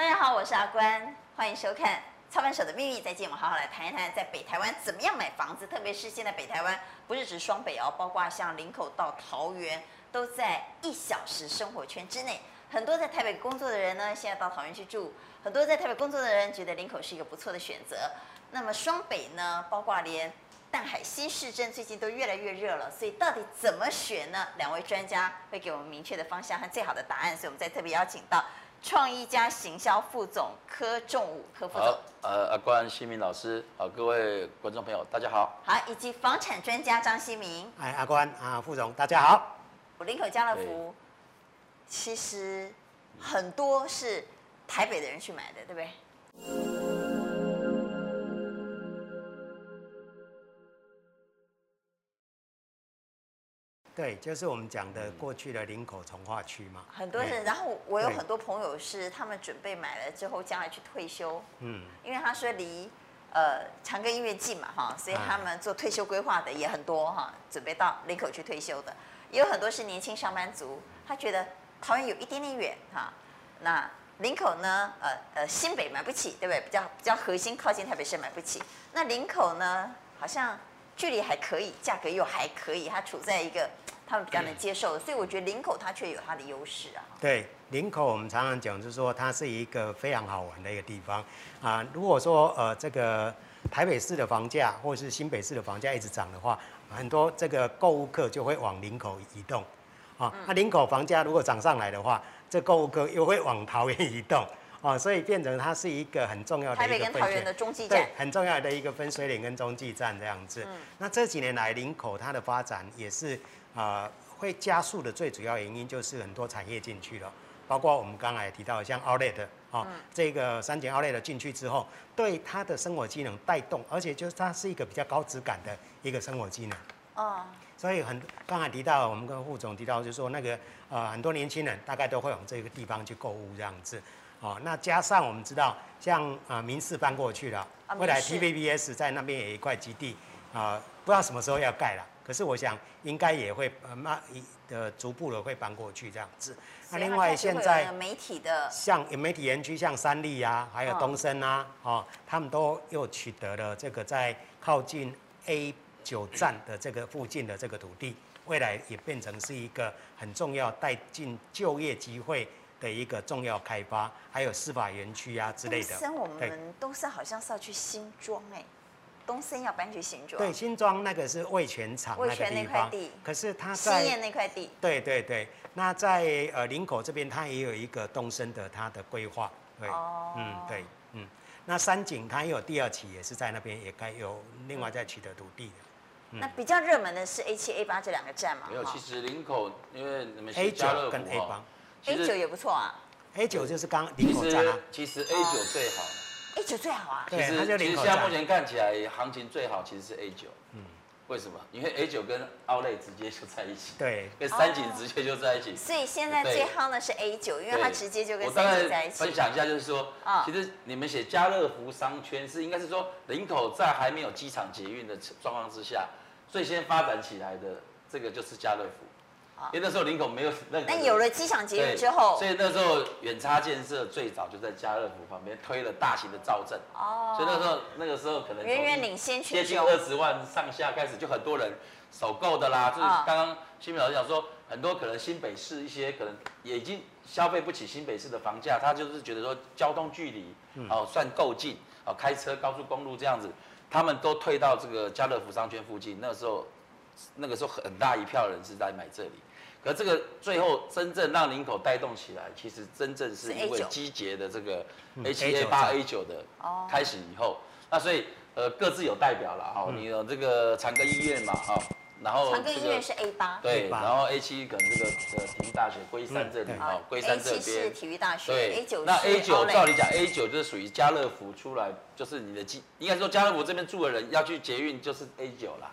大家好，我是阿关，欢迎收看《操盘手的秘密》。再见，我们好好来谈一谈在北台湾怎么样买房子，特别是现在北台湾不是指双北哦，包括像林口到桃园都在1小时生活圈之内。很多在台北工作的人呢，现在到桃园去住；很多在台北工作的人觉得林口是一个不错的选择。那么双北呢，包括连淡海新市镇最近都越来越热了，所以到底怎么选呢？两位专家会给我们明确的方向和最好的答案，所以我们再特别邀请到创意家行销副总柯仲武柯副总。 好，阿关西明老师，好，各位观众朋友，大家好。 好，以及房产专家张希明。 哎，阿关副总，大家好。 林口家乐福其实很多是台北的人去买的，对不对？ 对，就是我们讲的过去的林口从化区嘛。 很多人，然后我有很多朋友是他们准备买了之后将来去退休，因为他说离长庚医院近嘛哈，所以他们做退休规划的也很多哈，准备到林口去退休的，也有很多是年轻上班族，他觉得桃园有一点点远哈，那林口呢新北买不起，对不对？比较核心靠近台北市买不起，那林口呢好像距离还可以，价格又还可以，它处在一个他们比较能接受的，所以我觉得林口它却有它的优势啊。 对，林口我们常常讲，就是说它是一个非常好玩的一个地方啊。如果说这个台北市的房价或是新北市的房价一直涨的话，很多这个购物客就会往林口移动啊。那林口房价如果涨上来的话，这购物客又会往桃园移动。所以变成它是一个很重要的台北跟桃园的中继站， 对，很重要的一个分水岭跟中继站这样子。那这几年来林口它的发展也是会加速的最主要原因就是很多产业进去了，包括我们刚才提到的像 Outlet 这个3间 Outlet 进去之后，对它的生活机能带动，而且就是它是一个比较高质感的一个生活机能。所以刚才提到我们跟副总提到，就是说那个很多年轻人大概都会往这个地方去购物这样子。那加上我们知道，像民视搬过去了，未来 TVBS 在那边也有一块基地，不知道什么时候要盖了，可是我想应该也会逐步的会搬过去这样子。那另外现在媒体的像媒体园区，像三立啊，还有东森啊，他们都又取得了这个在靠近 A9 站的这个附近的这个土地，未来也变成是一个很重要带进就业机会的一个重要开发，还有司法园区啊之类的。 东森我们东森好像是要去新庄东森要搬去新庄。 对，新庄那个是味全厂那个地方，可是它在西燕那块地。对对对，那在林口这边，它也有一个东森的它的规划。对，对，那三井它也有第2期，也是在那边也该有另外再取得土地的。 那比较热门的是 A7、A8 这2个站嘛？ 没有，其实林口因为你们是家乐福跟 A9 也不错啊。 A9 就是刚林口站啊。 其实 A9 最好。 A9 最好啊。 其实现在目前看起来行情最好其实是 A9。为什么？因为 A9 跟 Outlet 直接就在一起。 对。 跟三井直接就在一起。 所以现在最夯的是 A9，因为它直接就跟三井在一起。 分享一下，就是说，其实你们写家乐福商圈是应该是说林口在还没有机场捷运的状况之下，最先发展起来的这个就是家乐福。因为那时候林口没有任何， 但有了机场捷运之后， 所以那时候远差建设最早就在家乐福旁边推了大型的造镇，所以那个时候可能远远领先全球， 接近20万上下开始就很多人首购的啦，就是刚刚新明老师讲说，很多可能新北市一些可能也已经消费不起新北市的房价，他就是觉得说交通距离算够近，开车高速公路这样子，他们都退到这个家乐福商圈附近，那个时候很大一票人是在买这里。可这个最后真正让林口带动起来，其实真正是因为集结的这个 A7、A8、A9 的开始以后，那所以各自有代表了你有这个长庚医院嘛然后长庚医院是 A8， 对，然后 A7 可能这个体育大学龟山这里龟山这边 A7是体育大学， 对 ，A9 那 A9 照理讲 A9 就是属于家乐福出来，就是你的应该说家乐福这边住的人要去捷运就是 A9 啦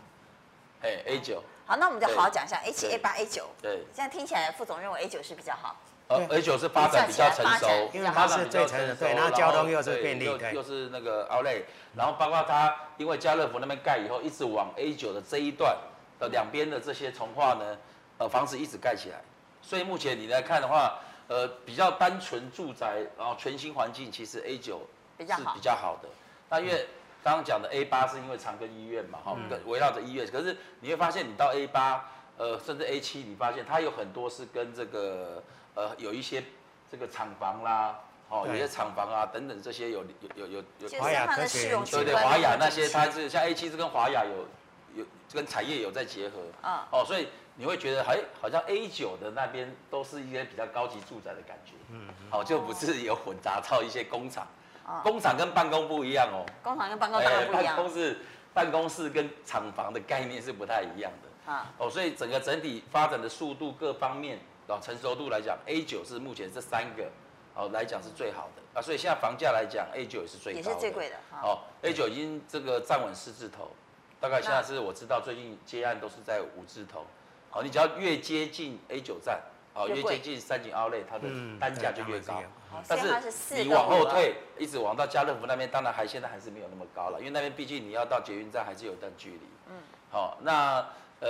，A9。 好，那我们就好好讲一下 A7、A8、A9。 对， 这样听起来，副总认为 A9是比较好。 A9 是发展比较成熟， 因为它是最成熟，对，然后交通又是便利， 又是那个 Outlet， 然后包括它因为家乐福那边盖以后，一直往 A9 的这一段两边的这些重划呢，房子一直盖起来，所以目前你来看的话， 比较单纯住宅，然后全新环境，其实 A9是比较好的。那因为刚刚讲的 A8是因为长庚医院嘛，围绕着医院，可是你会发现你到 A8，甚至 A7，你发现它有很多是跟这个有一些这个厂房啦。有些厂房啊等等这些有华雅科学园区， 对华雅那些，它是像 A7是跟华雅有跟产业有在结合，所以你会觉得好像 A9的那边都是一些比较高级住宅的感觉，就不是有混杂到一些工厂，工厂跟办公不一样哦， 工厂跟办公当然不一样， 办公室跟厂房的概念是不太一样的，所以整体发展的速度各方面成熟度来讲，A9是目前这3个。来讲是最好的所以现在房价来讲 ，A9也是最高的， 也是最贵的。 A9已经这个站稳4字头，大概现在是我知道最近接案都是在5字头。你只要越接近 A9站，越接近三井Outlet，它的单价就越高。但是你往后退，一直往到家乐福那边，当然现在还是没有那么高了，因为那边毕竟你要到捷运站还是有一段距离。那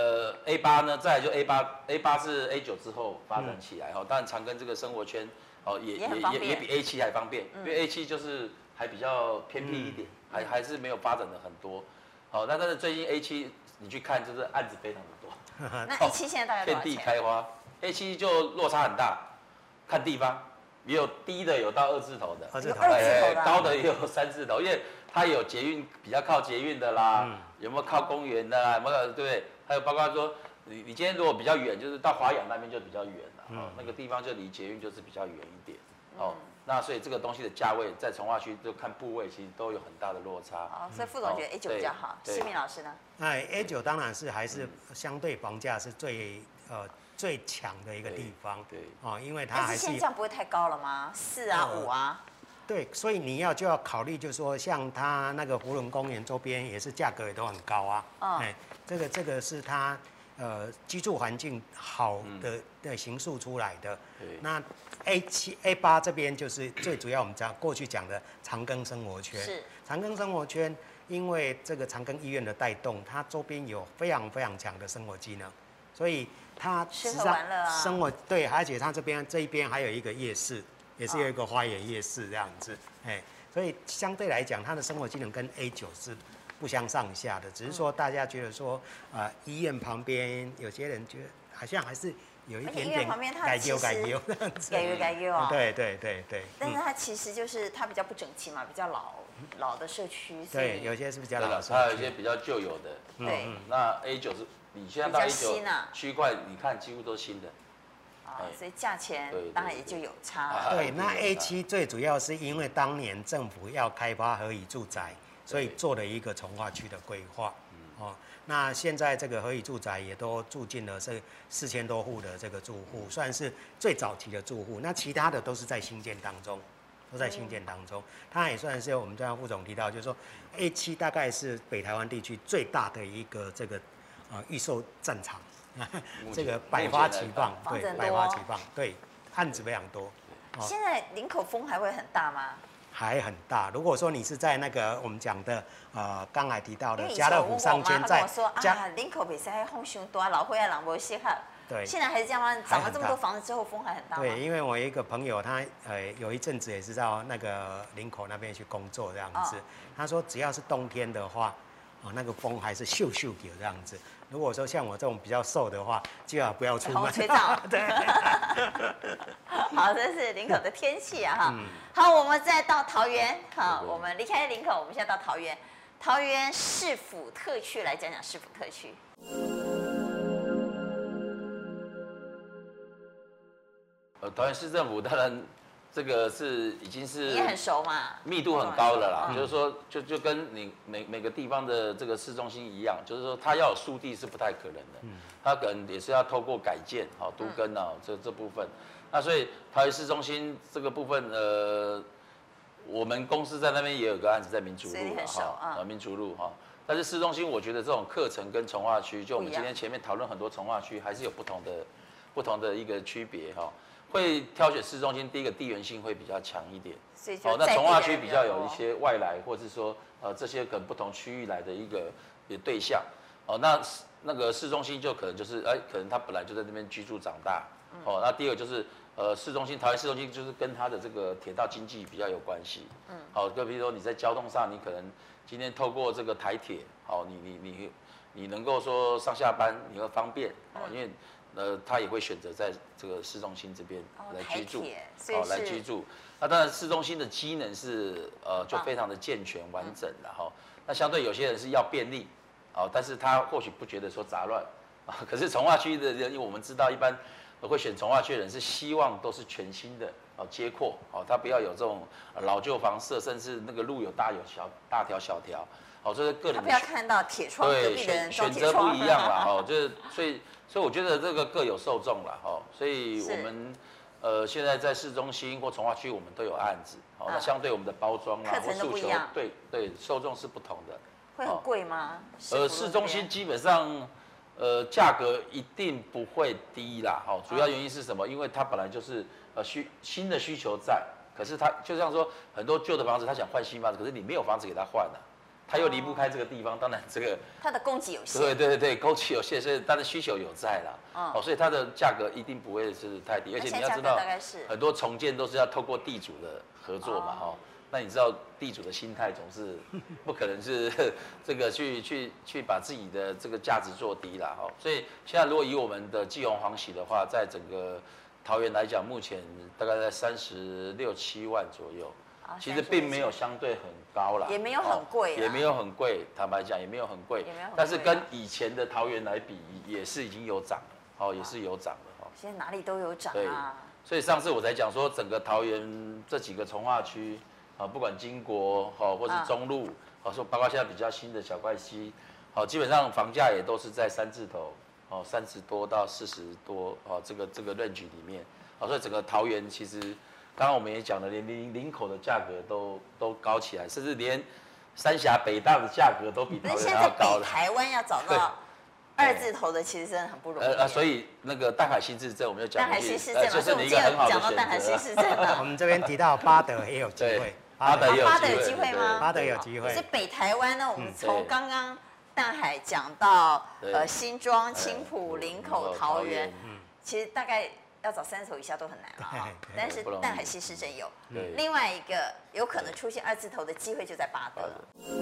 A8呢？再来就 A8 是 A9之后发展起来当然长庚这个生活圈。也比 A7 还方便，因为 A7 就是还比较偏僻一点，还是没有发展的很多。但是最近 A7 你去看，就是案子非常的多。 那 A7 现在大概多少钱？ 遍地开花。A7 就落差很大，看地方，也有低的有到2字头的，高的也有3字头，因为它有捷运比较靠捷运的啦，有没有靠公园的啦，有没有对不对？还有包括说你今天如果比较远，就是到华阳那边就比较远。那个地方就离捷运就是比较远一点，那所以这个东西的价位在从化区就看部位，其实都有很大的落差。 所以副总觉得 A9 比较好，西明老师呢 ？A9 当然是还是相对房价是最强的一个地方， 对， 因为它还是现在这样不会太高了吗？4啊5啊？ 对，所以你就要考虑，就是说像它那个福伦公园周边也是价格也都很高啊，这个是它。居住环境好的形塑出来的。那 A8 这边就是最主要，我们过去讲的长庚生活圈。是长庚生活圈，因为这个长庚医院的带动，它周边有非常非常强的生活机能，所以它吃喝玩乐啊， 生活对，而且它这一边还有一个夜市，也是有一个花园夜市这样子，所以相对来讲，它的生活机能跟 A9是不相上下的，只是说大家觉得说，医院旁边有些人觉得好像还是有一点点改优这样子， 改优啊， 对。 但是它其实就是它比较不整齐嘛，比较老的社区， 对，有些是比较老的社区， 还有一些比较旧有的， 对。 那 A9是你现在到 A9 区块，你看几乎都是新的。 所以价钱当然也就有差。 对，那 A7 最主要是因为当年政府要开发合宜住宅。所以做了一个从化区的规划，那现在这个合宜住宅也都住进了这4000多户的这个住户，算是最早期的住户。那其他的都是在新建当中，它也算是我们刚刚副总提到，就是说 A7 大概是北台湾地区最大的一个这个预售战场，这个百花齐放，对，百花齐放，对，案子非常多。 现在林口风还会很大吗？ 还很大。如果说你是在那个我们讲的刚才提到的家乐福商圈，在林口比赛风凶多，老会啊，人无适合。 对， 现在还是这样吗？涨了这么多房子之后，风还很大吗？ 对，因为我有一个朋友，他有一阵子也是到那个林口那边去工作这样子，他说只要是冬天的话，那个风还是咻咻的这样子。如果说像我这种比较瘦的话，最好不要出门。 吹罩。对。好，这是林口的天气啊哈。好，我们再到桃园。好，我们离开林口，我们现在到桃园。桃园市府特区来讲讲市府特区。 桃园市政府当然。这个是已经是你也很熟嘛， 密度很高的啦，就是说就跟你每个地方的这个市中心一样，就是说它要有树地是不太可能的，它可能也是要透过改建，都更这部分。那所以桃园市中心这个部分，我们公司在那边也有个案子在民族路民族路哈。但是市中心我觉得这种课程跟从化区，就我们今天前面讨论很多从化区还是有不同的一个区别哈。会挑选市中心，第一个地缘性会比较强一点。那从化区比较有一些外来，或者是说这些可能不同区域来的一个对象。那那个市中心就可能就是可能他本来就在那边居住长大。哦，那第二就是市中心，桃园市中心就是跟它的这个铁道经济比较有关系。好，就比如说你在交通上，你可能今天透过这个台铁，好，你能够说上下班你会方便，哦，因为他也会选择在这个市中心这边来居住，来居住。那当然市中心的机能是就非常的健全完整的哈。那相对有些人是要便利，但是他或许不觉得说杂乱啊。可是从化区的人，因为我们知道一般会选从化区的人是希望都是全新的街廓，他不要有这种老旧房舍，甚至那个路有大条小条，这是个人。 他不要看到铁窗，隔壁的人选择不一样啦，就是所以我觉得这个各有受众啦，所以我们现在在市中心或从化区我们都有案子，那相对我们的包装啦或诉求，对受众是不同的。 会很贵吗？ 市中心基本上。价格一定不会低啦，主要原因是什么？因为它本来就是新的需求在，可是它就像说很多旧的房子，他想换新房子，可是你没有房子给他换啊，他又离不开这个地方，当然这个它的供给有限， 对，供给有限，所以它的需求有在啦，所以它的价格一定不会是太低，而且你要知道，很多重建都是要透过地主的合作嘛，那你知道地主的心态总是不可能是这个去把自己的这个价值做低啦，所以现在如果以我们的基隆黄喜的话，在整个桃园来讲，目前大概在36、7万左右，其实并没有相对很高啦， 也没有很贵， 也没有很贵，坦白讲也没有很贵，但是跟以前的桃园来比，也是已经有涨了，也是有涨了， 现在哪里都有涨啊， 所以上次我才讲说，整个桃园这几个从化区。不管经国或是中路，说包括现在比较新的小怪溪，基本上房价也都是在3字头，30多到40多，这个 range 里面，所以整个桃园其实，刚刚我们也讲了，连林口的价格都高起来，甚至连三峡北大的价格都比桃园还要高了。 台湾要找到2字头的，其实真的很不容易。 所以那个淡海新市镇，我们就讲， 淡海新市镇就是你一个很好的讲到淡海新市镇我们这边提到巴德也有机会。 巴德有机会吗？ 巴德有机会。 是北台湾呢，我们从刚刚淡海讲到新庄、青埔、林口、桃园，其实大概要找30头以下都很难了。但是淡海新市镇有。另外一个有可能出现2字头的机会就在巴德。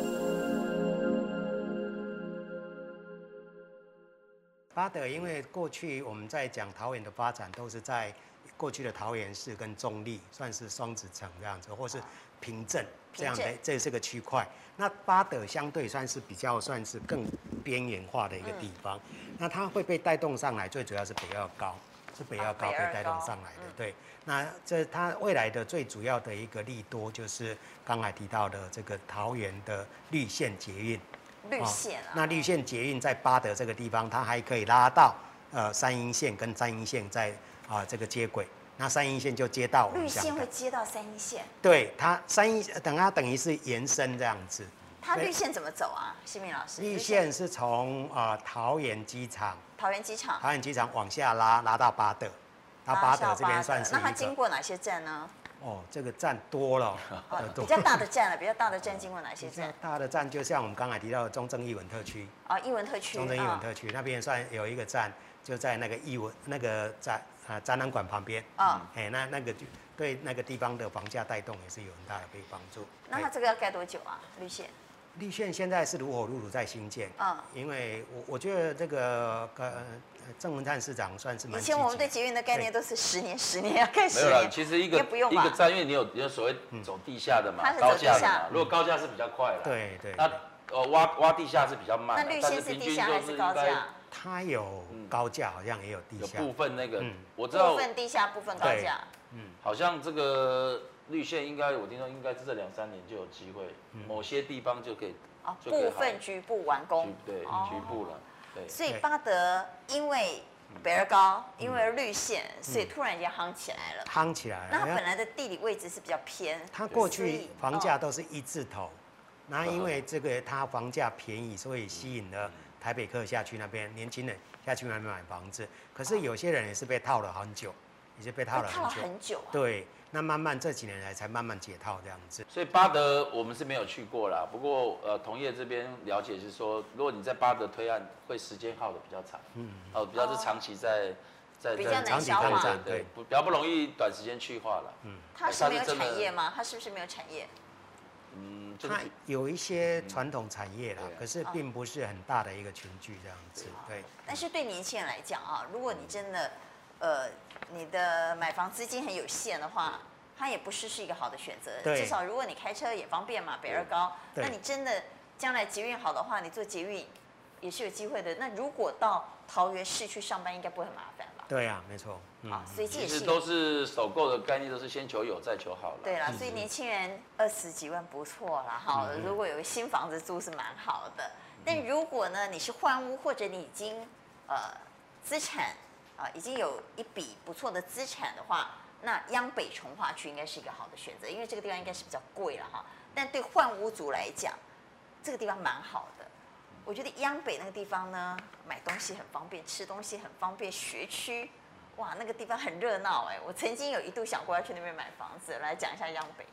巴德因为过去我们在讲桃园的发展都是在过去的桃园市跟中坜算是双子城这样子，或是平镇这样的，这是个区块。那巴德相对算是算是更边缘化的一个地方，那它会被带动上来，最主要是北二高，被带动上来的。对，那它未来的最主要的一个利多就是刚才提到的这个桃园的绿线捷运。 绿线啊， 那绿线捷运在巴德这个地方，它还可以拉到三鶯线跟三鶯线在这个接轨。那三鶯线就接到绿线会接到三鶯线， 对，它等于是延伸这样子。 它绿线怎么走啊？西明老师， 绿线是从桃园机场往下拉到巴德，那巴德这边算是那它经过哪些站呢？ 这个站多了， 比较大的站了，比较大的站经过哪些站？ 大的站就像我们刚才提到的中正艺文特区。 艺文特区。 中正艺文特区那边算有一个站，就在那个艺文那个展览馆旁边。那个就对那个地方的房价带动也是有很大的帮助。 那它这个要盖多久啊？绿线？ 绿线现在是如火如荼在兴建。因为我觉得这个郑文灿市长算是蛮积极。 以前我们对捷运的概念都是10年要盖10年。 没有啦，其实一个站，因为你有所谓走地下的嘛，高架的嘛。如果高架是比较快的。 对。 那挖地下是比比较慢。 那绿线是地下还是高架？ 它有高架，好像也有地下。 有部分那个我知道。 部分地下，部分高架。 好像这个绿线我听说应该是这2、3年就有机会，某些地方就可以。 部分局部完工。 对，局部了。 所以巴德因为北二高，因为绿线，所以突然间夯起来了。那它本来的地理位置是比较偏。 它过去房价都是1字头，那因为这个它房价便宜，所以吸引了台北客下去那边年轻人下去那边买房子。可是有些人也是被套了很久， 已经被套了套了很久。 很久啊。 对，那慢慢这几年来才慢慢解套这样子。 所以巴德我们是没有去过啦，不过同业这边了解是说，如果你在巴德推案，会时间耗的比较长，比较是长期在比较难长期消化抗战， 对，比较不容易短时间去化了。 它是没有产业吗？它是不是没有产业？ 它有一些传统产业啦，可是哦并不是很大的一个群聚这样子。对。 但是对年轻人来讲啊，如果你真的你的买房资金很有限的话，它也不是一个好的选择。至少如果你开车也方便嘛，北二高，那你真的将来捷运好的话，你坐捷运也是有机会的。那如果到桃园市区上班，应该不会很麻烦吧？ 对啊，没错。 所以这也是其实都是首购的概念，都是先求有再求好了。 对啦，所以年轻人20几万不错啦，哈。如果有个新房子租是蛮好的。但如果呢，你是换屋或者你已经资产已经有一笔不错的资产的话，那央北重划区应该是一个好的选择，因为这个地方应该是比较贵了哈。但对换屋族来讲，这个地方蛮好的。我觉得央北那个地方呢，买东西很方便，吃东西很方便，学区，哇，那个地方很热闹哎。我曾经有一度想过要去那边买房子，来讲一下央北。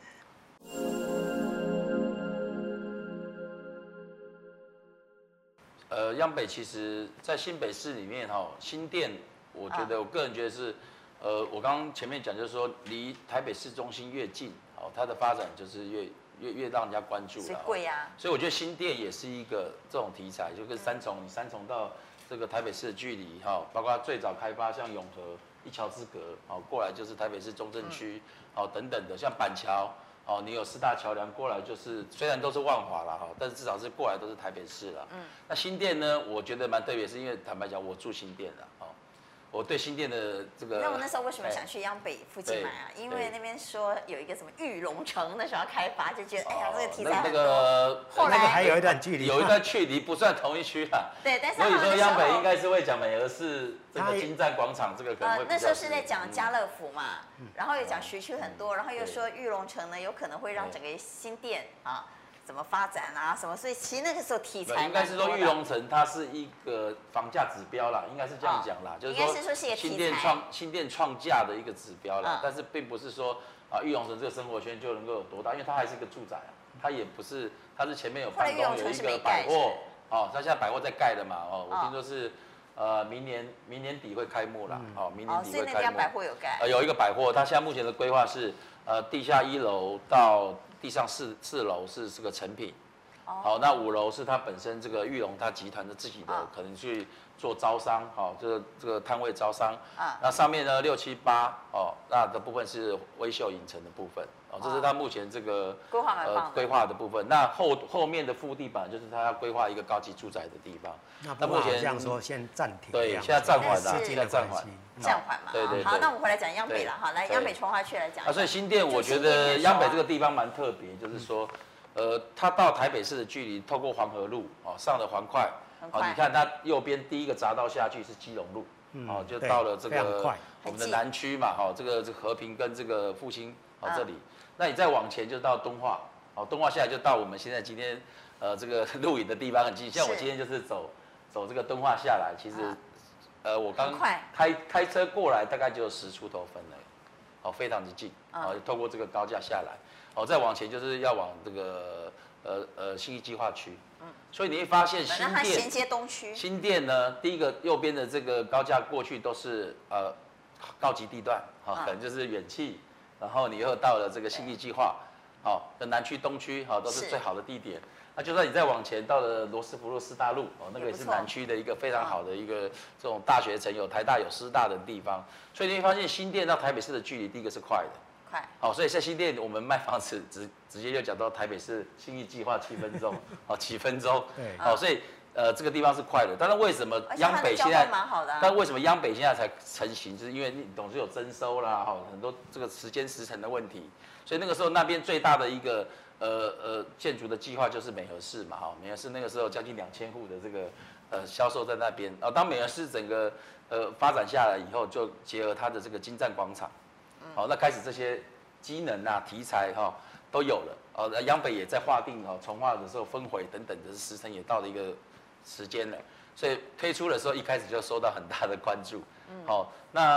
央北其实在新北市里面新店，我觉得我个人觉得是，我刚刚前面讲就是说，离台北市中心越近，它的发展就是越让人家关注了。 所以贵啊。 所以我觉得新店也是一个这种题材，就跟三重到这个台北市的距离包括最早开发像永和一桥之隔过来就是台北市中正区等等的，像板桥你有4大桥梁过来就是虽然都是万华啦但是至少是过来都是台北市啦。那新店呢，我觉得蛮特别，是因为坦白讲我住新店的我对新店的这个， 那我那时候为什么想去央北附近买啊？因为那边说有一个什么玉龙城，那时候要开发，就觉得哎呀，这个题材很多。后来还有一段距离， 有一段距离不算同一区啦。 对，但是所以说央北应该是会讲美和市这个金站广场这个可能会。 那时候是在讲家乐福嘛，然后又讲学区很多，然后又说玉龙城呢有可能会让整个新店怎么发展啊什么，所以其实那个时候题材应该是说玉龙城它是一个房价指标啦，应该是这样讲啦，就是说新店创价的一个指标啦，但是并不是说玉龙城这个生活圈就能够有多大，因为它还是一个住宅它也不是，它是前面有办公有一个百货它现在百货在盖的嘛我听说是明年底会开幕啦明年底会开幕。 所以那家百货有盖。 有一个百货，它现在目前的规划是地下1楼到地上4楼是这个成品，那5楼是它本身这个玉龙它集团的自己的可能去做招商，这个摊位招商，那上面呢6、7、8那的部分是威秀影城的部分，这是它目前这个规划的部分。那后面的副地板就是它要规划一个高级住宅的地方。 那目前这样说先暂停， 对，现在暂缓了， 现在暂缓嘛。 对。 好，那我们回来讲央北了哈，来央北重划区来讲。 所以新店我觉得央北这个地方蛮特别，就是说，它到台北市的距离，透过黄河路上了环快，你看它右边第一个匝道下去是基隆路，就到了这个我们的南区嘛，这个和平跟这个复兴这里，那你再往前就到敦化，敦化下来就到我们现在今天这个录影的地方很近，像我今天就是走这个敦化下来，其实我刚开车过来大概就10出头分了，非常之近，透过这个高架下来，再往前就是要往这个信义计划区，所以你会发现新店衔接东区， 新店呢，第一个右边的这个高架过去都是高级地段，可能就是远企，然后你又到了这个信义计划，的南区、东区，都是最好的地点。那就算你再往前到了罗斯福路4大路，那个也是南区的一个非常好的一个这种大学城，有台大有师大的地方。所以你会发现新店到台北市的距离，第一个是快的，所以在新店我们卖房子直接就讲到台北市信义计划7分钟，几分钟，所以这个地方是快的。但是为什么央北现在但为什么央北现在才成型？就是因为你总是有征收啦，很多这个时程的问题。所以那个时候那边最大的一个建筑的计划就是美和市嘛，美和市那个时候将近2000户的这个销售在那边。当美和市整个发展下来以后，就结合它的这个金站广场，那开始这些机能啊题材都有了。央北也在划定重划的时候分回等等的时程也到了一个时间了，所以推出的时候一开始就受到很大的关注。那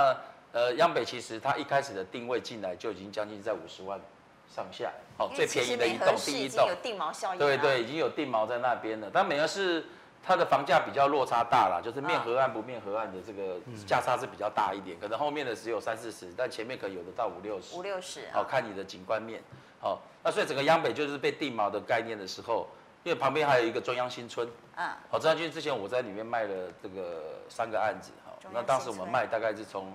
央北其实它一开始的定位进来就已经将近在50万上下，最便宜的一栋第一栋， 有定锚效应， 对，已经有定锚在那边了。但美和市它的房价比较落差大啦，就是面河岸不面河岸的这个价差是比较大一点，可能后面的只有30-40，但前面可能有的到50-60，看你的景观面，那所以整个央北就是被定锚的概念的时候，因为旁边还有一个中央新村，中央新村之前我在里面卖了这个3个案子，那当时我们卖大概是从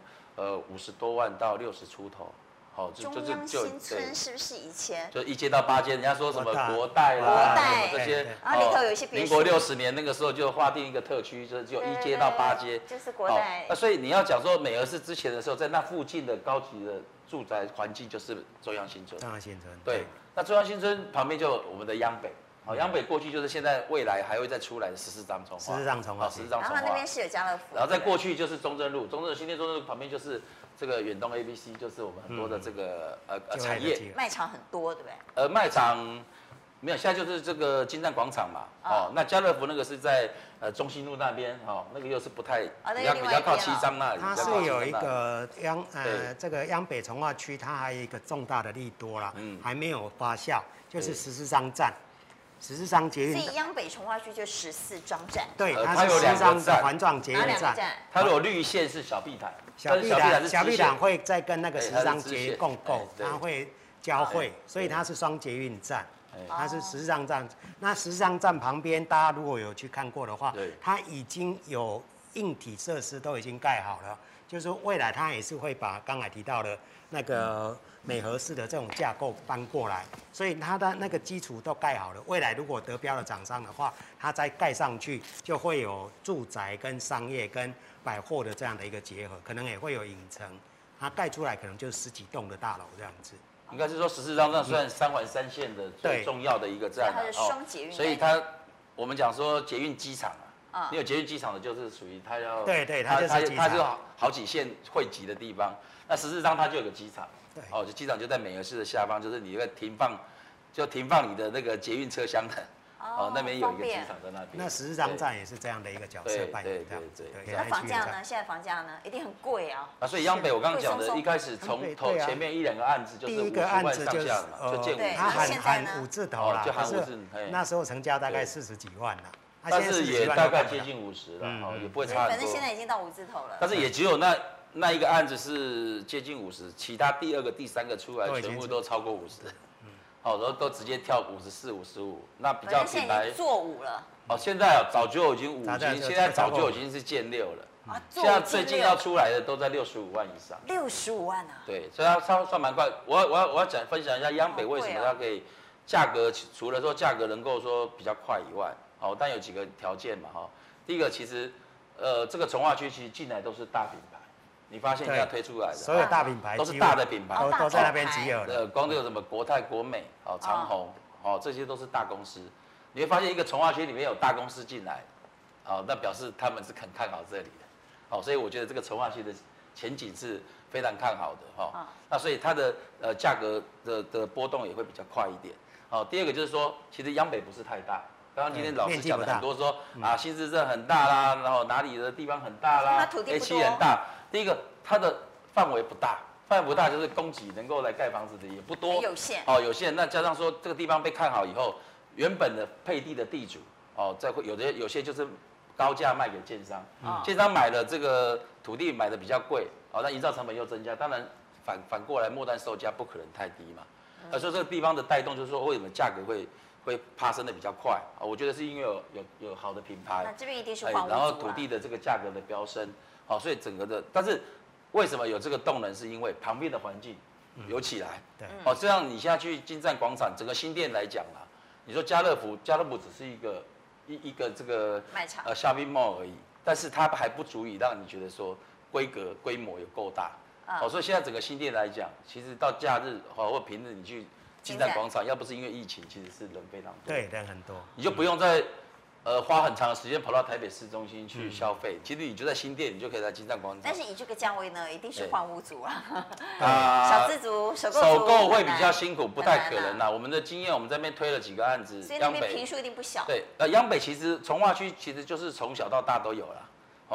50多万到60出头。 中央新村是不是以前就1街到8街，人家说什么国代啦，什么这些， 然后里头有一些民国60年那个时候就划定一个特区，就是只有1街到8街， 就是国代。 那所以你要讲说美和市之前的时候，在那附近的高级的住宅环境就是中央新村。 中央新村。 对，那中央新村旁边就我们的央北。央北过去就是现在未来还会再出来的14张从化，14张从化， 然后那边是有家乐福， 然后再过去就是中正路，新店中正路旁边就是这个远东 ABC， 就是我们很多的这个产业卖场很多，对不对？ 卖场没有，现在就是这个金站广场嘛，那家乐福那个是在中心路那边，那个又是不太比较靠7张那里。 它是有一个这个央北从化区，它还有一个重大的利多啦，还没有发酵，就是14张站。14张捷运， 所以央北从化区就14张站。 对，它有2张的环状捷运站。 它有绿线是小碧潭， 小碧潭会再跟那个14张捷运共构，它会交汇，所以它是双捷运站。它是14张站。那14张站旁边，大家如果有去看过的话，它已经有硬体设施都已经盖好了，就是说未来它也是会把刚才提到的那个美和市的这种架构搬过来，所以它的那个基础都盖好了。未来如果得标的厂商的话，它再盖上去，就会有住宅跟商业跟百货的这样的一个结合，可能也会有影城。它盖出来可能就是10几栋的大楼这样子。 应该是说14张站算3环3线的最重要的一个站， 它是双捷运， 所以我们讲说捷运机场啊，你有捷运机场的，就是属于它要它就好几线汇集的地方。那14张它就有个机场。就机场就在美和市的下方，就是你会停放你的那个捷运车厢的，那边有一个机场在那边。 那14张站也是这样的一个角色扮演。 对。那房价呢？现在房价呢？一定很贵啊。 所以央北我刚刚讲的，一开始从前面1-2个案子就是50万上下嘛，就见50万。 它含5字头啦， 就含5字。 那时候成交大概40几万啦， 但是也大概接近50了，也不会差很多。 反正现在已经到5字头了。 但是也只有那一个案子是接近50，其他第2个、第3个出来全部都超过50，然后都直接跳54、55，那比较品牌做5了。 现在早就已经5金，现在早就已经是见6了。现在最近要出来的都在65万以上。 65万啊？ 对，所以它算蛮快。我要分享一下央北为什么它可以价格，除了说价格能够说比较快以外，但有几个条件嘛第一个其实这个从化区其实进来都是大品牌。你发现现在推出来的所有大品牌都是大的品牌， 都在那边集合的。 光这个什么国泰、国美、长虹，这些都是大公司。你会发现一个从化区里面有大公司进来，那表示他们是很看好这里的，所以我觉得这个从化区的前景是非常看好的那所以它的价格的波动也会比较快一点。第二个就是说，其实央北不是太大。刚刚今天老师讲了很多说新市镇很大啦，然后哪里的地方很大啦 ，A7 很大。第一个，它的范围不大，就是供给能够来盖房子的也不多， 有限有限。那加上说这个地方被看好以后，原本的配地的地主再会有些就是高价卖给建商，建商买了这个土地买的比较贵，那营造成本又增加，当然反过来末端售价不可能太低嘛。所以这个地方的带动就是说为什么价格会爬升的比较快我觉得是因为有好的品牌， 那这边一定是房屋然后土地的这个价格的飙升。所以整个的，但是为什么有这个动能？是因为旁边的环境有起来。 对。 这样你现在去金站广场，整个新店来讲啦，你说家乐福只是一个这个卖场 shopping mall 而已，但是它还不足以让你觉得说规模有够大。所以现在整个新店来讲，其实到假日或平日你去金站广场，要不是因为疫情，其实是人非常多。 对，人很多。 你就不用再花很长的时间跑到台北市中心去消费，其实你就在新店，你就可以在金站广场。 但是以这个价位呢，一定是换屋族小资族、首购会比较辛苦，不太可能啦。我们的经验，我们这边推了几个案子， 所以那边坪数一定不小。 对，央北其实从化区其实就是从小到大都有啦。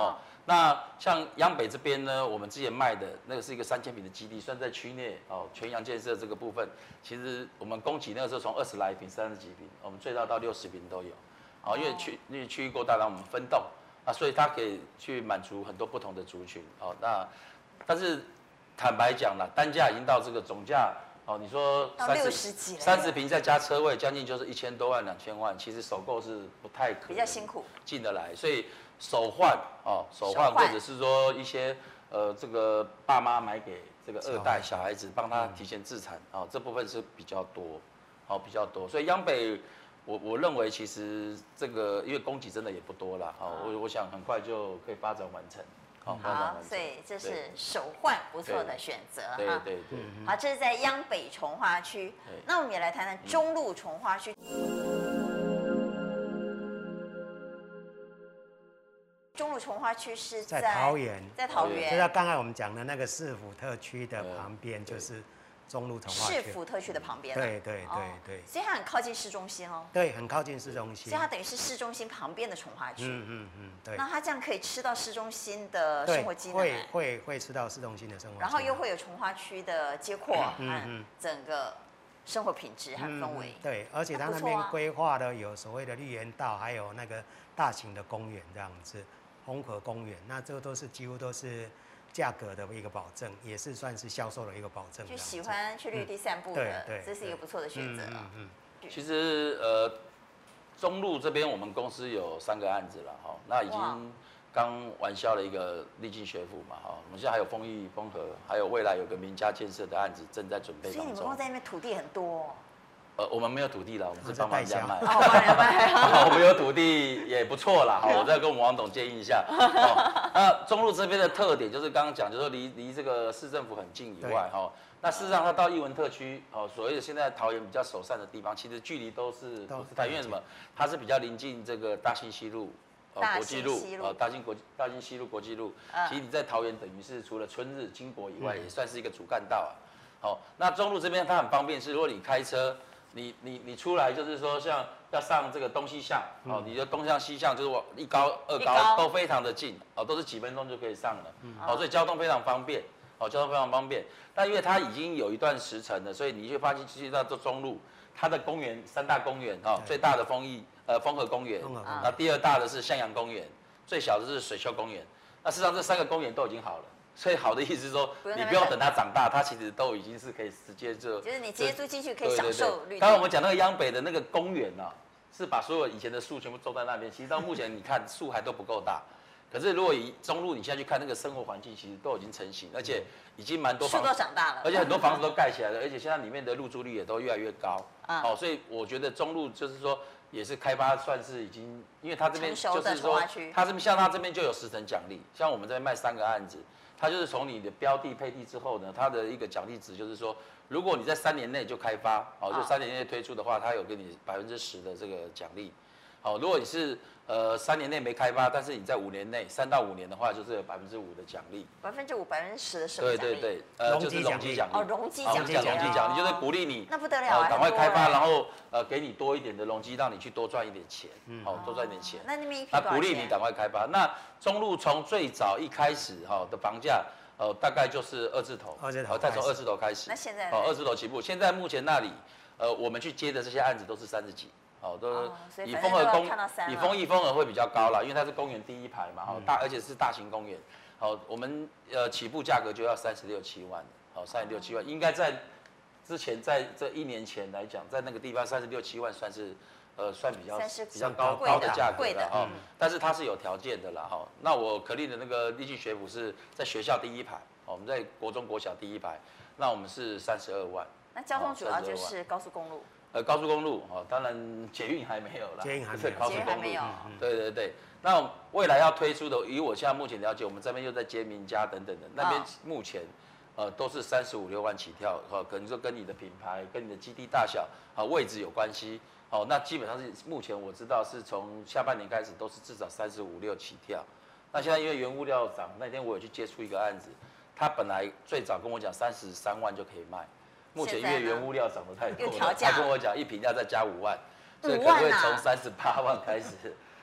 那像央北这边呢，我们之前卖的那个是一个3000坪的基地，算在区内哦，全阳建设这个部分，其实我们供给那个时候从20来坪、30几坪，我们最大到60坪都有，因为区域够大，让我们分栋啊，所以它可以去满足很多不同的族群哦。那但是坦白讲了，单价已经到这个总价哦，你说30坪再加车位，将近就是1000多万、2000万，其实首购是不太可能， 比较辛苦进得来，所以。手换或者是说一些这个爸妈买给这个2代小孩子，帮他提前自产这部分是比较多，比较多。所以央北我认为其实这个因为供给真的也不多啦，我想很快就可以发展完成。 好，所以这是手换不错的选择哈。 对。 好，这是在央北重划区。那我们也来谈谈中路重划区。中路重划区是在桃园， 在桃园， 就在刚才我们讲的那个市府特区的旁边，就是中路重划区。 市府特区的旁边。 对， 所以它很靠近市中心哦。 对，很靠近市中心。 所以它等于是市中心旁边的重划区。 对。 那它这样可以吃到市中心的生活机能。 会吃到市中心的生活。 然后又会有重划区的街廓和整个生活品质和氛围。 对，而且它那边规划的有所谓的绿园道，还有那个大型的公园这样子。红河公园，那这都是几乎都是价格的一个保证，也是算是销售的一个保证。 就喜欢去绿地散步的，这是一个不错的选择。 其实中路这边我们公司有3个案子了哈，那已经刚完销了一个丽晶学府嘛哈，我们现在还有丰益、丰和，还有未来有个名家建设的案子正在准备当中。 所以你们光在那边土地很多。 我们没有土地了，我们是帮忙人家卖。 我们有土地也不错啦。我再跟我们王董建议一下。那中路这边的特点就是刚刚讲，就是说离这个市政府很近以外，那事实上它到艺文特区，所谓的现在桃园比较首善的地方，其实距离都是太远。因为什么？它是比较临近这个大兴西路、国际路、大兴西路国际路。其实你在桃园等于是除了春日、经国以外，也算是一个主干道啊。那中路这边它很方便，是如果你开车。你出来就是说，像要上这个东西向你的东向西向就是1高2高都非常的近都是几分钟就可以上了所以交通非常方便交通非常方便。但因为它已经有一段时程了，所以你就发现去到这中路，它的公园3大公园最大的丰和公园，那第2大的是向阳公园，最小的是水丘公园。那事实上这3个公园都已经好了。所以好的意思是说，你不用等它长大，它其实都已经是可以直接就是你直接住进去可以享受绿地。 刚刚我们讲那个央北的那个公园是把所有以前的树全部种在那边。其实到目前你看树还都不够大，可是如果以中路你现在去看那个生活环境，其实都已经成型，而且已经蛮多树都长大了， 而且很多房子都盖起来了，而且现在里面的入住率也都越来越高。所以我觉得中路就是说也是开发算是已经，因为它这边就是说，它这边像它这边就有10成奖励，像我们这边卖3个案子。它就是从你的标地配地之后呢，它的一个奖励值就是说，如果你在3年内就开发，就3年内推出的话，它有给你10%的这个奖励。如果你是3年内没开发，但是你在5年内3到5年的话，就是有5%的奖励。 5%、10%的什么奖励？ 对，就是容积奖励。 容积奖励就是鼓励你， 那不得了赶快开发，然后给你多一点的容积，让你去多赚一点钱，多赚一点钱。 那边一批多少钱？ 鼓励你赶快开发。那中路从最早一开始的房价，大概就是2字头，再从2字头开始。 那现在 2字头起步。现在目前那里，我们去接的这些案子都是30几。都以丰和会比较高啦，因为它是公园第1排嘛，而且是大型公园。我们起步价格就要36、7万，36、7万，应该在之前在这1年前来讲，在那个地方36、7万算是算比较高的价格了但是它是有条件的啦那我可立的那个丽晶学府是在学校第1排，我们在国中国小第1排，那我们是32万。 那交通主要就是高速公路。 高速公路当然捷运还没有啦， 捷运还没有。对。那未来要推出的，以我现在目前了解，我们这边又在接名家等等的，那边目前都是35、6万起跳，可能说跟你的品牌、跟你的基地大小位置有关系。那基本上是目前我知道是从下半年开始都是至少35、6起跳。那现在因为原物料涨，那天我有去接触一个案子，他本来最早跟我讲33万就可以卖。目前因为原物料涨得太多了，他跟我讲1坪要再加5万，所以可能会从38万开始，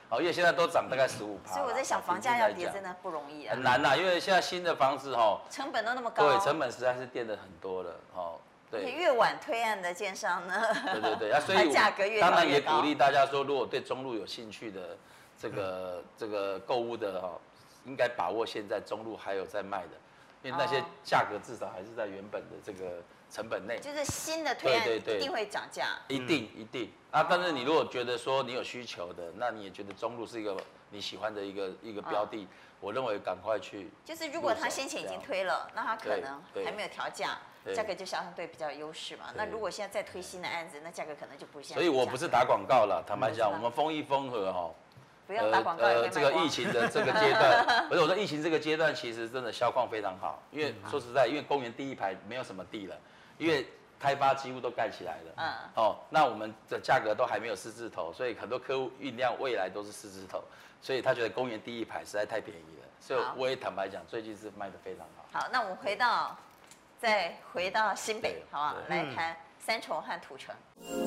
哦，因为现在都涨大概15%。 所以我在想，房价要跌真的不容易啊， 很难呐，因为现在新的房子成本都那么高， 对，成本实在是垫的很多了，对。 越晚推案的建商呢， 对，所以价格越当然也鼓励大家说，如果对中路有兴趣的这个购物的应该把握现在中路还有在卖的，因为那些价格至少还是在原本的这个成本内。 就是新的推案一定会涨价， 一定啊！但是你如果觉得说你有需求的，那你也觉得中路是一个你喜欢的一个标的，我认为赶快去。 就是如果他先前已经推了，那他可能还没有调价。价格就相对比较有优势嘛。那如果现在再推新的案子，那价格可能就不像。 所以我不是打广告了，坦白讲，我们丰益丰和不要打广告这个疫情的这个阶段，不是我说疫情这个阶段，其实真的销况非常好。因为说实在，因为公园第一排没有什么地了，因为开发几乎都盖起来了。那我们的价格都还没有4字头，所以很多客户酝酿未来都是4字头，所以他觉得公园第一排实在太便宜了。所以我也坦白讲，最近是卖得非常好。 好，那我们再回到新北，好不好？来谈三重和土城。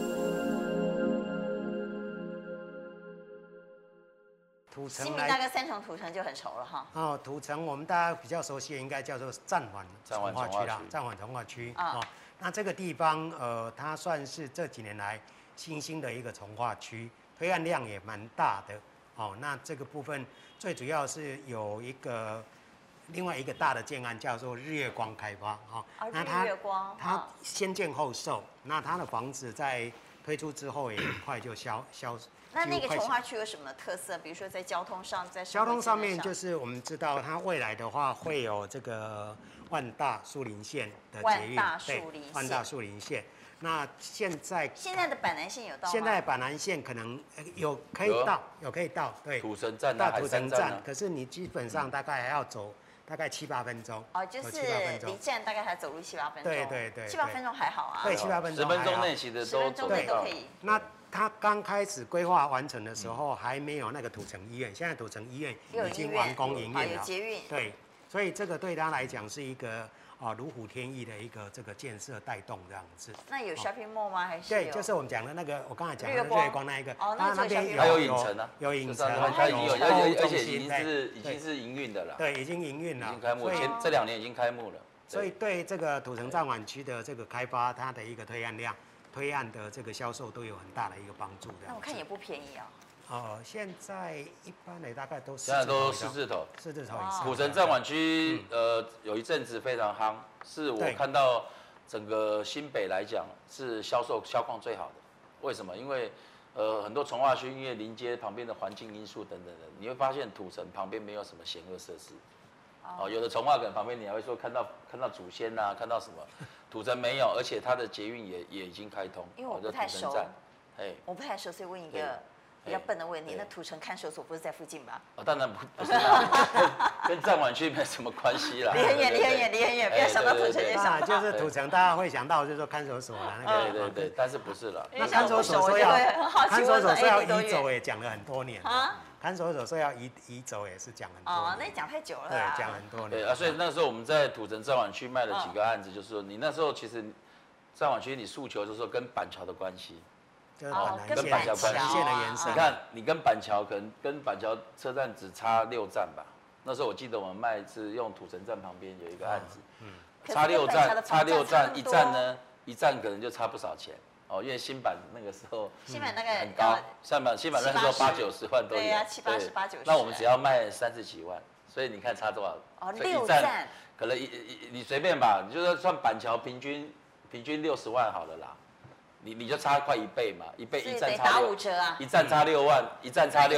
新民大哥三重土城就很熟了哈。 土城我们大家比较熟悉的应该叫做暂缓从化区啦，暂缓从化区。那这个地方它算是这几年来新兴的一个从化区，推案量也蛮大的。那这个部分最主要是有另外一个大的建案叫做日月光开发。 那它先建后售，那它的房子在推出之后也很快就销。 那个从化区有什么特色？比如说在交通上，在交通上面，就是我们知道它未来的话会有这个万大树林线的捷运，万大树林线。那现在的板南线有到吗？ 现在板南线可能可以到，对。 土城站到土城站，可是你基本上大概还要走大概7、8分钟。 就是离站大概还走路7、8分钟。 对 ，7、8分钟还好啊。 对，7、8分钟。 10分钟内其实都走得到。 可以。 那它刚开始规划完成的时候，还没有那个土城医院，现在土城医院已经完工营运了， 有捷运。 对，所以这个对他来讲是一个如虎添翼的一个这个建设带动这样子。 那有 shopping mall 吗？还是？ 对，就是我们讲的那个，我刚才讲的日月光那一个， 那边还有影城啊， 有影城， 它已经有，而且已经是营运的了。 对，已经营运了， 已经开幕，这2年已经开幕了。 所以对这个土城暂缓区的这个开发，它的一个推案的这个销售都有很大的一个帮助。 那我看也不便宜啊。 现在一般的大概都现在都4字头 ，4字头以上。 土城暂缓区有一阵子非常夯，是我看到整个新北来讲是销况最好的。为什么？因为很多从化区因为临街旁边的环境因素等等的，你会发现土城旁边没有什么险恶设施。有的从化可能旁边你还会说看到祖先呐，看到什么，土城没有，而且它的捷运也已经开通。 因为我不太熟，所以问一个比较笨的问题，那土城看守所不是在附近吧？ 当然不是，跟暂缓区没什么关系啦。 离很远，不要想到土城就想到。 就是土城，大家会想到就是说看守所啦，那个。对，但是不是了。 那看守所说要移走也讲了很多年啊。看守所说要移走也是讲很多年。 那讲太久了。 对，讲很多年。 对所以那时候我们在土城暂缓区卖了几个案子，就是说你那时候其实暂缓区你诉求就是说跟板桥的关系。 跟板桥关系线的延伸。 你看，你跟板桥可能跟板桥车站只差6站吧。那时候我记得我们卖是用土城站旁边有一个案子，差6站，一站可能就差不少钱。因为新版那个时候很高，新版那时候80、90万都有， 对啊，70、80、80。 那我们只要卖30几万，所以你看差多少 ？6站可能你随便吧，你就说算板桥平均60万好了啦。你就差快1倍嘛，1倍一站差 5折啊， 一站差6万，6站差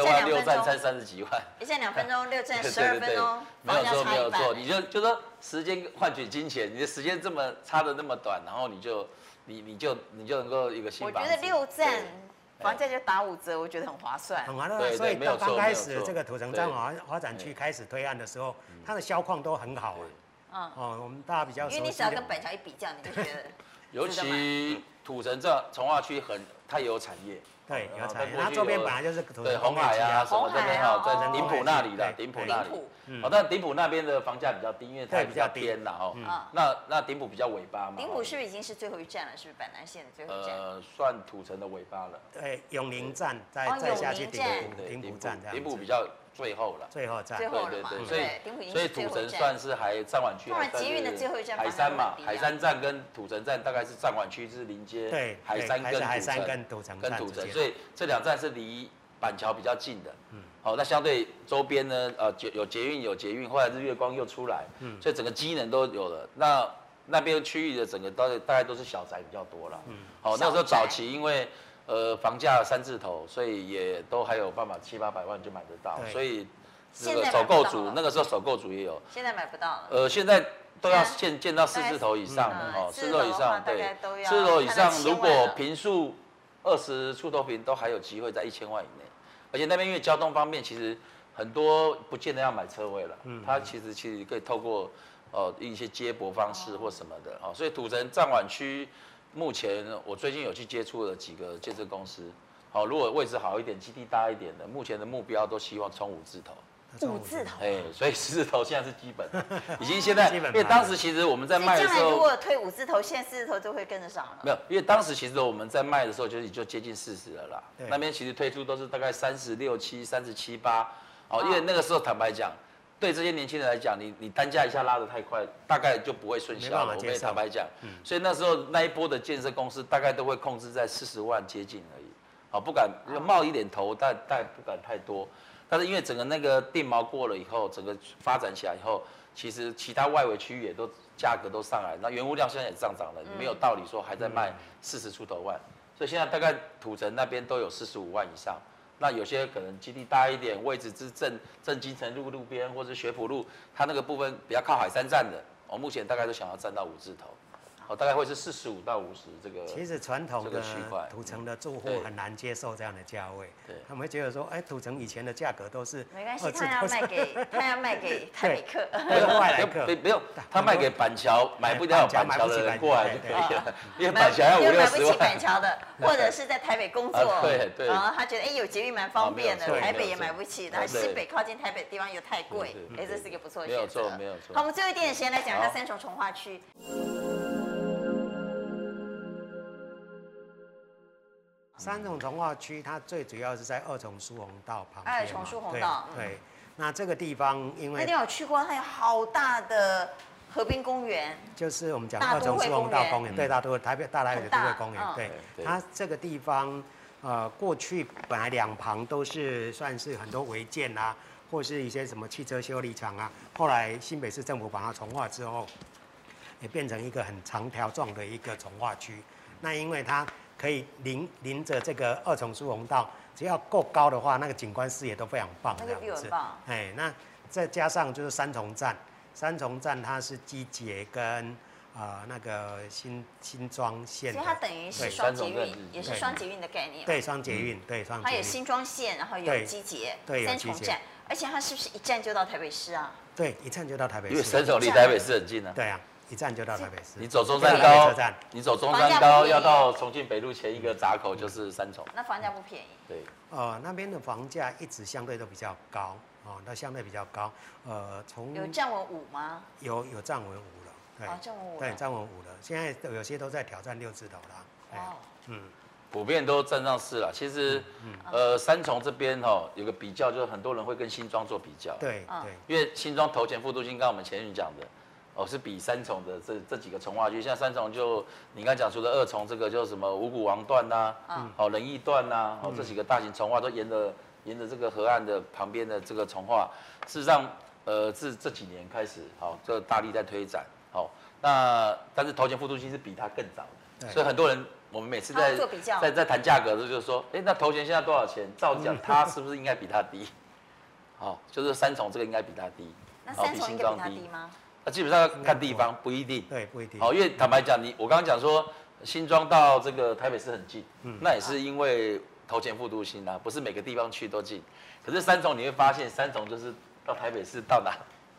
30几万， 一站2分钟，6站12分钟， 没有错，你就说时间换取金钱，你的时间这么差的那么短，然后你就能够一个新房子。 我觉得6站房价就打5折，我觉得很划算。 很划算，所以刚开始这个土城站发展区开始推案的时候，它的销况都很好我们大家比较熟悉。 因为你只要跟板桥一比较，你就觉得。 尤其土城这从化区它也有产业。 对，有产业，它周边本来就是对红海啊什么这边哈，在顶埔那里的顶埔那里，但顶埔那边的房价比较低，因为它比较偏啦哦。那顶埔比较尾巴嘛。 顶埔是不是已经是最后一站了？是不是板南线的最后一站？ 算土城的尾巴了。 对，永宁站再下去顶埔站这样。 顶埔比较最后了。 最后站。 最后了嘛。对， 所以土城算是还站晚区， 捷运的最后一站海山嘛，海山站跟土城站大概是站晚区是临接。 对， 海山跟土城。 所以这2站是离板桥比较近的，好，那相对周边呢，有捷运，后来日月光又出来，所以整个机能都有了。那边区域的整个大概都是小宅比较多了，好，那时候早期因为房价3字头，所以也都还有办法700-800万就买得到，所以这个首购族那个时候首购族也有， 现在买不到了， 现在都要见到4字头以上的哦，4字头以上，对，4字头以上如果坪数20出头坪都还有机会在1000万以内，而且那边因为交通方面，其实很多不见得要买车位了，它其实可以透过一些接驳方式或什么的，所以土城站晚区目前我最近有去接触了几个建设公司，好，如果位置好一点、基地大一点的，目前的目标都希望冲5字头。 5字头， 所以10字头现在是基本，已经现在，因为当时其实我们在卖的时候， 将来如果推5字头，现在4字头就会跟得上了。 没有，因为当时其实我们在卖的时候就接近40了啦，那边其实推出都是大概36、7、37、8，因为那个时候坦白讲，对这些年轻人来讲，你单价一下拉得太快，大概就不会顺销了。我们也坦白讲，所以那时候那一波的建设公司大概都会控制在40万接近而已，不敢冒一点头，但不敢太多。但是因为整个那个定锚过了以后，整个发展起来以后，其实其他外围区域也都价格都上来，那原物料现在也上涨了，没有道理说还在卖40出头万，所以现在大概土城那边都有45万以上。那有些可能基地大一点，位置是正金城路边或者学府路，它那个部分比较靠海山站的，我目前大概都想要站到5字头。大概会是45到50这个。 其实传统的土城的住户很难接受这样的价位，他们会觉得说，哎，土城以前的价格都是没关系，他要卖给台北客， 外来客， 不用，他卖给板桥，买不了板桥的人过来就可以了，因为板桥要5、60万。 买不起板桥的，或者是在台北工作， 对， 然后他觉得有捷运蛮方便的，台北也买不起，那西北靠近台北的地方又太贵，这是一个不错的选择。 没有错。 好，我们最后一点时间来讲一下3重重划区。 3重重划区，它最主要是在2重疏洪道旁边。 2重疏洪道。 对，那这个地方因为那地方有去过，它有好大的河滨公园。 就是我们讲2重疏洪道公园，对，台北的都会公园，对。它这个地方，过去本来2旁都是算是很多违建啊，或是一些什么汽车修理厂啊，后来新北市政府把它重划之后，也变成一个很长条状的一个重划区。那因为它可以临着这个2重疏洪道，只要够高的话，那个景观视野都非常棒。 那个比很棒。 那再加上就是3重站，3重站它是机捷跟那个新庄线， 所以它等于是双捷运，也是双捷运的概念。 对，双捷运，对双。 它有新庄线，然后有机捷，3重站，而且它是不是一站就到台北市啊？ 对，一站就到台北市。 因为3重离台北市很近啊。 对啊。一站就到台北市。 你走中山高，要到重庆北路前一个闸口就是3重。 那房价不便宜。 对。 那边的房价一直相对都比较高，那相对比较高。 有站稳5吗？ 有站稳5了。 对。站稳5。 对，站稳5了。现在有些都在挑战6字頭啦。 普遍都站上4了。其实，3重这边有个比较，就是很多人会跟新庄做比较。 对。 因为新庄投钱付租金，刚刚我们前面讲的。是比3重的这几个重划区，像3重就你刚讲除了2重这个，就什么五股王段呐，仁义段呐，这几个大型重划都沿着这个河岸的旁边的这个重划，事实上自这几年开始，这大力在推展，但是投钱付租金是比它更早的，所以很多人我们每次在谈价格的时候就是说，那投钱现在多少钱？照讲它是不是应该比它低？就是3重这个应该比它低， 那3重应该比它低吗？ 基本上要看地方，不一定。 对，不一定。 因为坦白讲，我刚刚讲说新庄到这个台北市很近，那也是因为投钱付租金啊，不是每个地方去都近。可是3重你会发现，3重就是到台北市到哪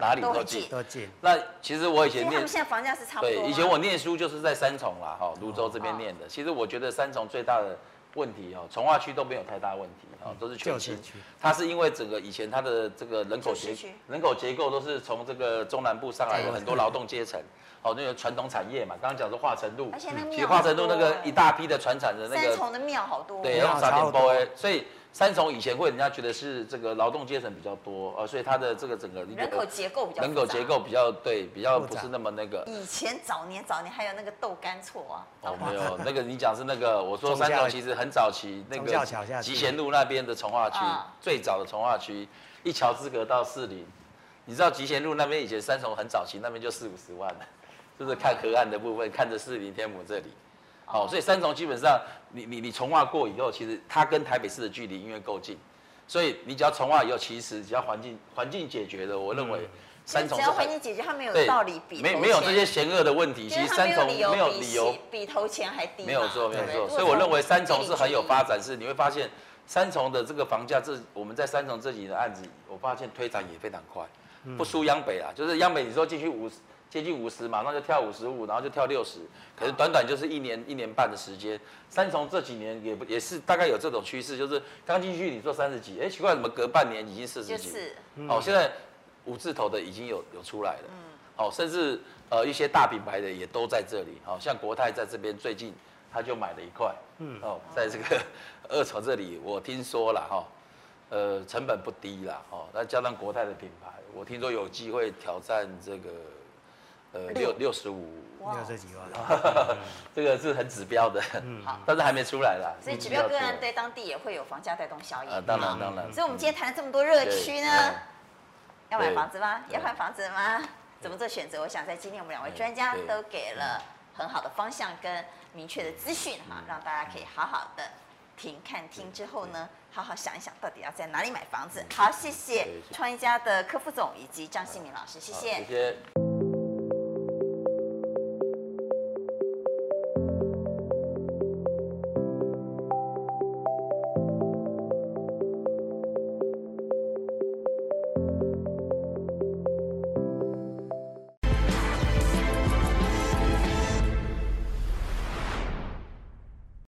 哪里都很都近。 都近。 那其实我以所以他前念们现在房价是差不多吗。 对，以前我念书就是在三重啦，哈，泸州这边念的。其实我觉得三重最大的问题哦，从化区都没有太大问题，哦，都是全新。它是因为整个以前它的这个人口结构都是从这个中南部上来的很多劳动阶层，哦，那个传统产业嘛，刚刚讲说化成路， 而且那个其实化成路那个一大批的传产的那个三重的庙好多， 对，用撒点包所以。三重以前会人家觉得是这个劳动阶层比较多，所以它的这个整个人口结构比较人口结构比较对，比较不是那么那个。 以前早年还有那个豆干错啊。 哦，没有，那个你讲是那个，我说三重其实很早期那个集贤路那边的从化区，最早的从化区，一桥之隔到士林，你知道集贤路那边以前三重很早期那边就40-50万了，就是看河岸的部分，看着士林天母这里。好，所以三重基本上，你从化过以后，其实它跟台北市的距离因为够近，所以你只要从化以后，其实只要环境解决的，我认为三重只要环境解决，它没有道理比没有这些嫌恶的问题，其实三重没有理由比头前还低， 没有错。所以我认为三重是很有发展，是你会发现三重的这个房价，我们在三重这几年的案子，我发现推展也非常快，不输央北啦，就是央北你说进去接近50，马上就跳55，然后就跳60，可是短短就是1年半的时间。三重这几年也是大概有这种趋势，就是刚进去你说30几，奇怪怎么隔半年已经40几？现在5字头的已经有出来了，甚至一些大品牌的也都在这里，像国泰在这边最近他就买了一块，在这个2重这里我听说了成本不低啦，那加上国泰的品牌，我听说有机会挑战这个。65 几万， 这个是很指标的，但是还没出来啦。 所以指标个案对当地也会有房价带动效应。 当然。 所以我们今天谈了这么多热区呢，要买房子吗？要换房子吗？怎么做选择？我想在今天我们2位专家都给了很好的方向跟明确的资讯哈，让大家可以好好的看听之后呢，好好想一想到底要在哪里买房子。好，谢谢创意家的柯副总以及张信明老师，谢谢。